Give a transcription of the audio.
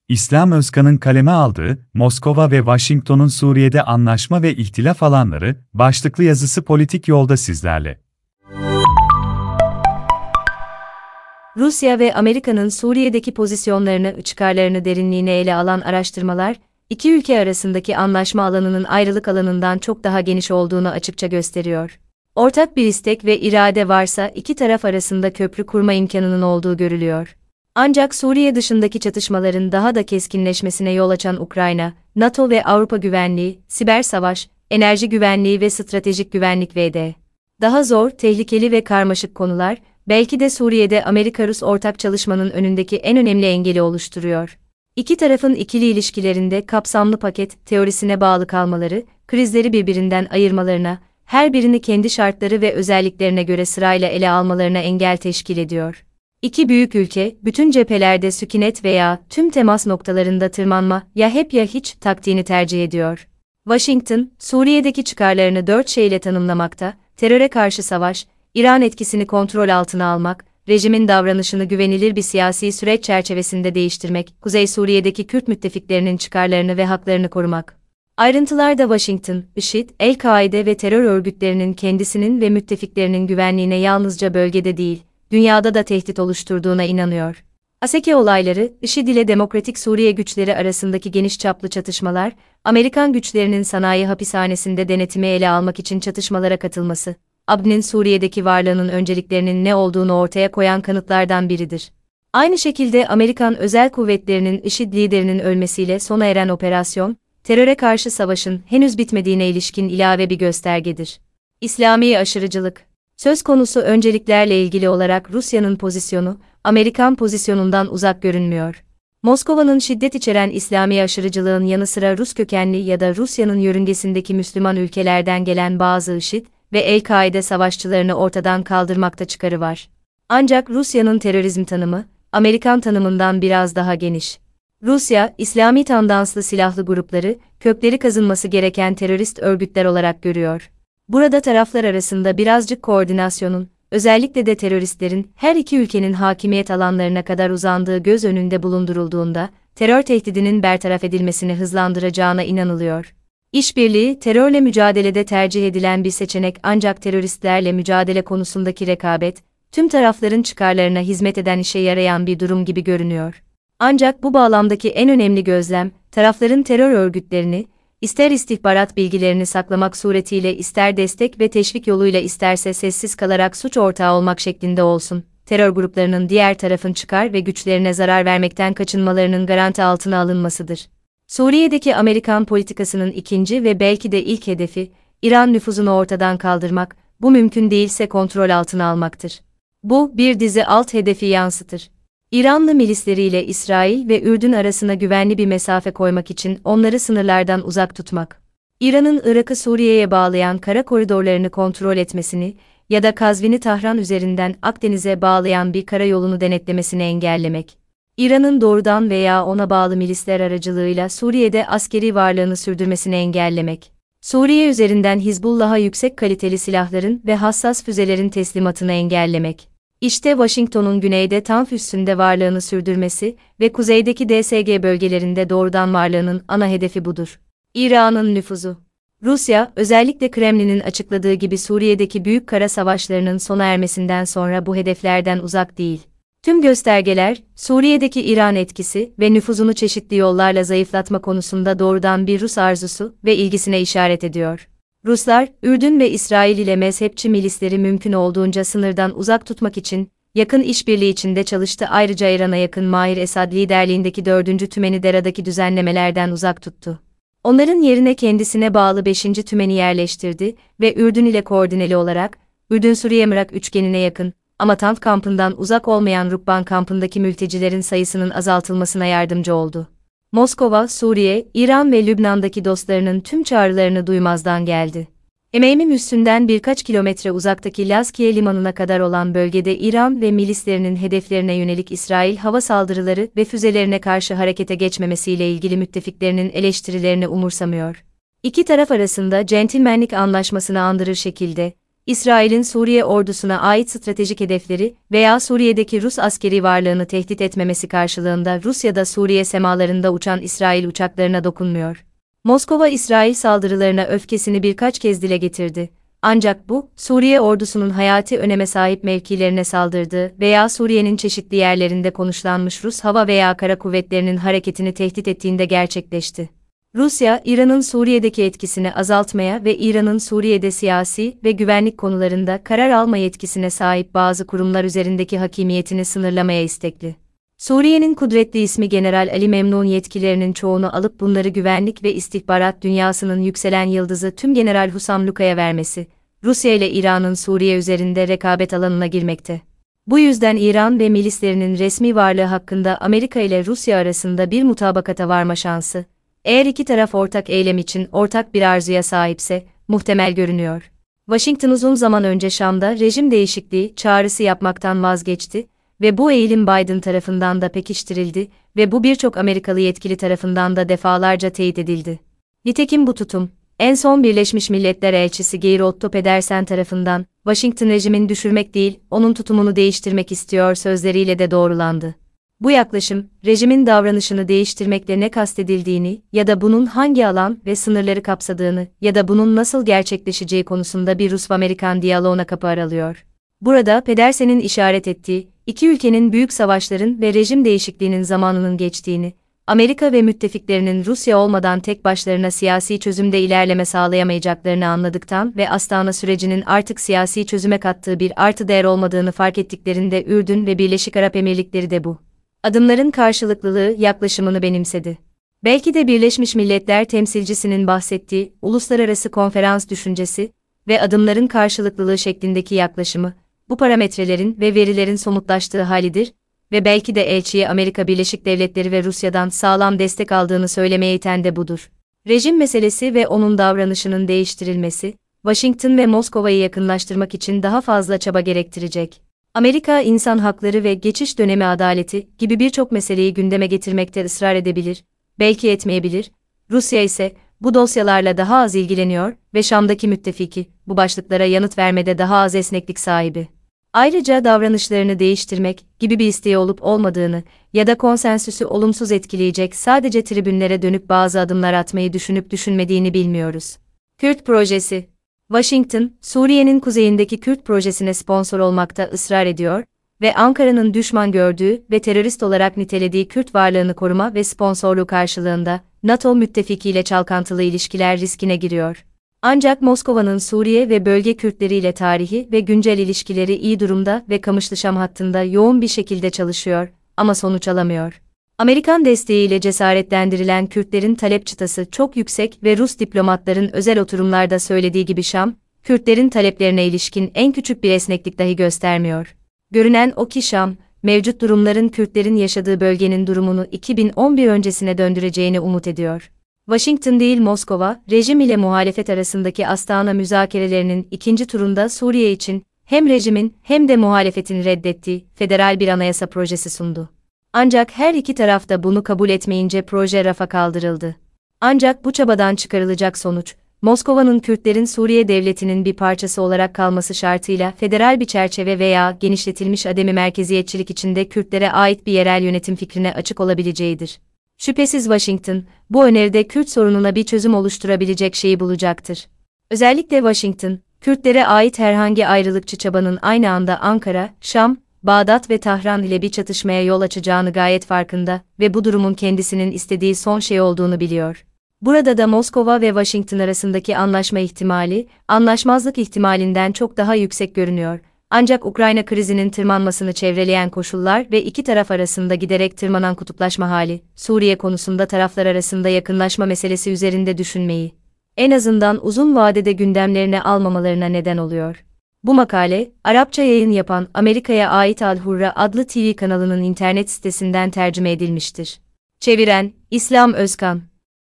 İslam Özkan'ın kaleme aldığı Moskova ve Washington'un Suriye'de anlaşma ve ihtilaf alanları başlıklı yazısı politik yolda sizlerle. Rusya ve Amerika'nın Suriye'deki pozisyonlarını, çıkarlarını derinliğine ele alan araştırmalar, iki ülke arasındaki anlaşma alanının ayrılık alanından çok daha geniş olduğunu açıkça gösteriyor. Ortak bir istek ve irade varsa iki taraf arasında köprü kurma imkanının olduğu görülüyor. Ancak Suriye dışındaki çatışmaların daha da keskinleşmesine yol açan Ukrayna, NATO ve Avrupa güvenliği, siber savaş, enerji güvenliği ve stratejik güvenlik vs. daha zor, tehlikeli ve karmaşık konular, belki de Suriye'de Amerika-Rus ortak çalışmanın önündeki en önemli engeli oluşturuyor. İki tarafın ikili ilişkilerinde kapsamlı paket teorisine bağlı kalmaları, krizleri birbirinden ayırmalarına, her birini kendi şartları ve özelliklerine göre sırayla ele almalarına engel teşkil ediyor. İki büyük ülke, bütün cephelerde sükunet veya tüm temas noktalarında tırmanma ya hep ya hiç taktiğini tercih ediyor. Washington, Suriye'deki çıkarlarını 4 şeyle tanımlamakta: teröre karşı savaş, İran etkisini kontrol altına almak, rejimin davranışını güvenilir bir siyasi süreç çerçevesinde değiştirmek, Kuzey Suriye'deki Kürt müttefiklerinin çıkarlarını ve haklarını korumak. Ayrıntılarda Washington, IŞİD, El-Kaide ve terör örgütlerinin kendisinin ve müttefiklerinin güvenliğine yalnızca bölgede değil, dünyada da tehdit oluşturduğuna inanıyor. Aseke olayları, IŞİD ile Demokratik Suriye güçleri arasındaki geniş çaplı çatışmalar, Amerikan güçlerinin sanayi hapishanesinde denetimi ele almak için çatışmalara katılması, ABD'nin Suriye'deki varlığının önceliklerinin ne olduğunu ortaya koyan kanıtlardan biridir. Aynı şekilde Amerikan özel kuvvetlerinin IŞİD liderinin ölmesiyle sona eren operasyon, teröre karşı savaşın henüz bitmediğine ilişkin ilave bir göstergedir. İslami aşırıcılık. Söz konusu önceliklerle ilgili olarak Rusya'nın pozisyonu, Amerikan pozisyonundan uzak görünmüyor. Moskova'nın şiddet içeren İslami aşırıcılığın yanı sıra Rus kökenli ya da Rusya'nın yörüngesindeki Müslüman ülkelerden gelen bazı IŞİD ve El-Kaide savaşçılarını ortadan kaldırmakta çıkarı var. Ancak Rusya'nın terörizm tanımı, Amerikan tanımından biraz daha geniş. Rusya, İslami tandanslı silahlı grupları, kökleri kazınması gereken terörist örgütler olarak görüyor. Burada taraflar arasında birazcık koordinasyonun, özellikle de teröristlerin her iki ülkenin hakimiyet alanlarına kadar uzandığı göz önünde bulundurulduğunda, terör tehdidinin bertaraf edilmesini hızlandıracağına inanılıyor. İşbirliği, terörle mücadelede tercih edilen bir seçenek, ancak teröristlerle mücadele konusundaki rekabet, tüm tarafların çıkarlarına hizmet eden işe yarayan bir durum gibi görünüyor. Ancak bu bağlamdaki en önemli gözlem, tarafların terör örgütlerini, ister istihbarat bilgilerini saklamak suretiyle, ister destek ve teşvik yoluyla, isterse sessiz kalarak suç ortağı olmak şeklinde olsun, terör gruplarının diğer tarafın çıkar ve güçlerine zarar vermekten kaçınmalarının garanti altına alınmasıdır. Suriye'deki Amerikan politikasının ikinci ve belki de ilk hedefi, İran nüfuzunu ortadan kaldırmak, bu mümkün değilse kontrol altına almaktır. Bu, bir dizi alt hedefi yansıtır. İranlı milisleriyle İsrail ve Ürdün arasına güvenli bir mesafe koymak için onları sınırlardan uzak tutmak. İran'ın Irak'ı Suriye'ye bağlayan kara koridorlarını kontrol etmesini ya da Kazvin'i Tahran üzerinden Akdeniz'e bağlayan bir karayolunu denetlemesini engellemek. İran'ın doğrudan veya ona bağlı milisler aracılığıyla Suriye'de askeri varlığını sürdürmesini engellemek. Suriye üzerinden Hizbullah'a yüksek kaliteli silahların ve hassas füzelerin teslimatını engellemek. İşte Washington'un güneyde Tanf üssünde varlığını sürdürmesi ve kuzeydeki DSG bölgelerinde doğrudan varlığının ana hedefi budur. İran'ın nüfuzu. Rusya, özellikle Kremlin'in açıkladığı gibi Suriye'deki büyük kara savaşlarının sona ermesinden sonra bu hedeflerden uzak değil. Tüm göstergeler, Suriye'deki İran etkisi ve nüfuzunu çeşitli yollarla zayıflatma konusunda doğrudan bir Rus arzusu ve ilgisine işaret ediyor. Ruslar, Ürdün ve İsrail ile mezhepçi milisleri mümkün olduğunca sınırdan uzak tutmak için, yakın işbirliği içinde çalıştı. Ayrıca İran'a yakın Mahir Esad liderliğindeki 4. Tümeni Dera'daki düzenlemelerden uzak tuttu. Onların yerine kendisine bağlı 5. Tümeni yerleştirdi ve Ürdün ile koordineli olarak, Ürdün-Suriye-Mırak üçgenine yakın, ama Tanf kampından uzak olmayan Rukban kampındaki mültecilerin sayısının azaltılmasına yardımcı oldu. Moskova, Suriye, İran ve Lübnan'daki dostlarının tüm çağrılarını duymazdan geldi. Emeğimim üstünden birkaç kilometre uzaktaki Lazkiye limanına kadar olan bölgede İran ve milislerinin hedeflerine yönelik İsrail hava saldırıları ve füzelerine karşı harekete geçmemesiyle ilgili müttefiklerinin eleştirilerini umursamıyor. İki taraf arasında centilmenlik anlaşmasını andırır şekilde, İsrail'in Suriye ordusuna ait stratejik hedefleri veya Suriye'deki Rus askeri varlığını tehdit etmemesi karşılığında Rusya'da Suriye semalarında uçan İsrail uçaklarına dokunmuyor. Moskova İsrail saldırılarına öfkesini birkaç kez dile getirdi. Ancak bu, Suriye ordusunun hayati öneme sahip mevkilerine saldırdığı veya Suriye'nin çeşitli yerlerinde konuşlanmış Rus hava veya kara kuvvetlerinin hareketini tehdit ettiğinde gerçekleşti. Rusya, İran'ın Suriye'deki etkisini azaltmaya ve İran'ın Suriye'de siyasi ve güvenlik konularında karar alma yetkisine sahip bazı kurumlar üzerindeki hakimiyetini sınırlamaya istekli. Suriye'nin kudretli ismi General Ali Memnun yetkilerinin çoğunu alıp bunları güvenlik ve istihbarat dünyasının yükselen yıldızı Tüm General Husam Luka'ya vermesi, Rusya ile İran'ın Suriye üzerinde rekabet alanına girmekte. Bu yüzden İran ve milislerinin resmi varlığı hakkında Amerika ile Rusya arasında bir mutabakata varma şansı, eğer iki taraf ortak eylem için ortak bir arzuya sahipse, muhtemel görünüyor. Washington uzun zaman önce Şam'da rejim değişikliği çağrısı yapmaktan vazgeçti ve bu eğilim Biden tarafından da pekiştirildi ve bu birçok Amerikalı yetkili tarafından da defalarca teyit edildi. Nitekim bu tutum, en son Birleşmiş Milletler Elçisi Geir Otto Pedersen tarafından, Washington rejimin düşürmek değil, onun tutumunu değiştirmek istiyor sözleriyle de doğrulandı. Bu yaklaşım, rejimin davranışını değiştirmekle ne kastedildiğini ya da bunun hangi alan ve sınırları kapsadığını ya da bunun nasıl gerçekleşeceği konusunda bir Rus-Amerikan diyaloğuna kapı aralıyor. Burada Pedersen'in işaret ettiği, iki ülkenin büyük savaşların ve rejim değişikliğinin zamanının geçtiğini, Amerika ve müttefiklerinin Rusya olmadan tek başlarına siyasi çözümde ilerleme sağlayamayacaklarını anladıktan ve Astana sürecinin artık siyasi çözüme kattığı bir artı değer olmadığını fark ettiklerinde Ürdün ve Birleşik Arap Emirlikleri de bu adımların karşılıklılığı yaklaşımını benimsedi. Belki de Birleşmiş Milletler temsilcisinin bahsettiği uluslararası konferans düşüncesi ve adımların karşılıklılığı şeklindeki yaklaşımı, bu parametrelerin ve verilerin somutlaştığı halidir ve belki de elçiye Amerika Birleşik Devletleri ve Rusya'dan sağlam destek aldığını söylemeye iten de budur. Rejim meselesi ve onun davranışının değiştirilmesi, Washington ve Moskova'yı yakınlaştırmak için daha fazla çaba gerektirecek. Amerika insan hakları ve geçiş dönemi adaleti gibi birçok meseleyi gündeme getirmekte ısrar edebilir, belki etmeyebilir. Rusya ise bu dosyalarla daha az ilgileniyor ve Şam'daki müttefiki bu başlıklara yanıt vermede daha az esneklik sahibi. Ayrıca davranışlarını değiştirmek gibi bir isteği olup olmadığını ya da konsensüsü olumsuz etkileyecek sadece tribünlere dönüp bazı adımlar atmayı düşünüp düşünmediğini bilmiyoruz. Kürt Projesi. Washington, Suriye'nin kuzeyindeki Kürt projesine sponsor olmakta ısrar ediyor ve Ankara'nın düşman gördüğü ve terörist olarak nitelediği Kürt varlığını koruma ve sponsorluğu karşılığında NATO müttefikiyle çalkantılı ilişkiler riskine giriyor. Ancak Moskova'nın Suriye ve bölge Kürtleriyle tarihi ve güncel ilişkileri iyi durumda ve Kamışlı-Şam hattında yoğun bir şekilde çalışıyor ama sonuç alamıyor. Amerikan desteğiyle cesaretlendirilen Kürtlerin talep çıtası çok yüksek ve Rus diplomatların özel oturumlarda söylediği gibi Şam, Kürtlerin taleplerine ilişkin en küçük bir esneklik dahi göstermiyor. Görünen o ki Şam, mevcut durumların Kürtlerin yaşadığı bölgenin durumunu 2011 öncesine döndüreceğini umut ediyor. Washington değil Moskova, rejim ile muhalefet arasındaki Astana müzakerelerinin ikinci turunda Suriye için hem rejimin hem de muhalefetin reddettiği federal bir anayasa projesi sundu. Ancak her iki taraf da bunu kabul etmeyince proje rafa kaldırıldı. Ancak bu çabadan çıkarılacak sonuç, Moskova'nın Kürtlerin Suriye devletinin bir parçası olarak kalması şartıyla federal bir çerçeve veya genişletilmiş ademi merkeziyetçilik içinde Kürtlere ait bir yerel yönetim fikrine açık olabileceğidir. Şüphesiz Washington, bu öneride Kürt sorununa bir çözüm oluşturabilecek şeyi bulacaktır. Özellikle Washington, Kürtlere ait herhangi ayrılıkçı çabanın aynı anda Ankara, Şam, Bağdat ve Tahran ile bir çatışmaya yol açacağını gayet farkında ve bu durumun kendisinin istediği son şey olduğunu biliyor. Burada da Moskova ve Washington arasındaki anlaşma ihtimali, anlaşmazlık ihtimalinden çok daha yüksek görünüyor. Ancak Ukrayna krizinin tırmanmasını çevreleyen koşullar ve iki taraf arasında giderek tırmanan kutuplaşma hali, Suriye konusunda taraflar arasında yakınlaşma meselesi üzerinde düşünmeyi, en azından uzun vadede gündemlerine almamalarına neden oluyor. Bu makale, Arapça yayın yapan Amerika'ya ait Al Hurra adlı TV kanalının internet sitesinden tercüme edilmiştir. Çeviren, İslam Özkan.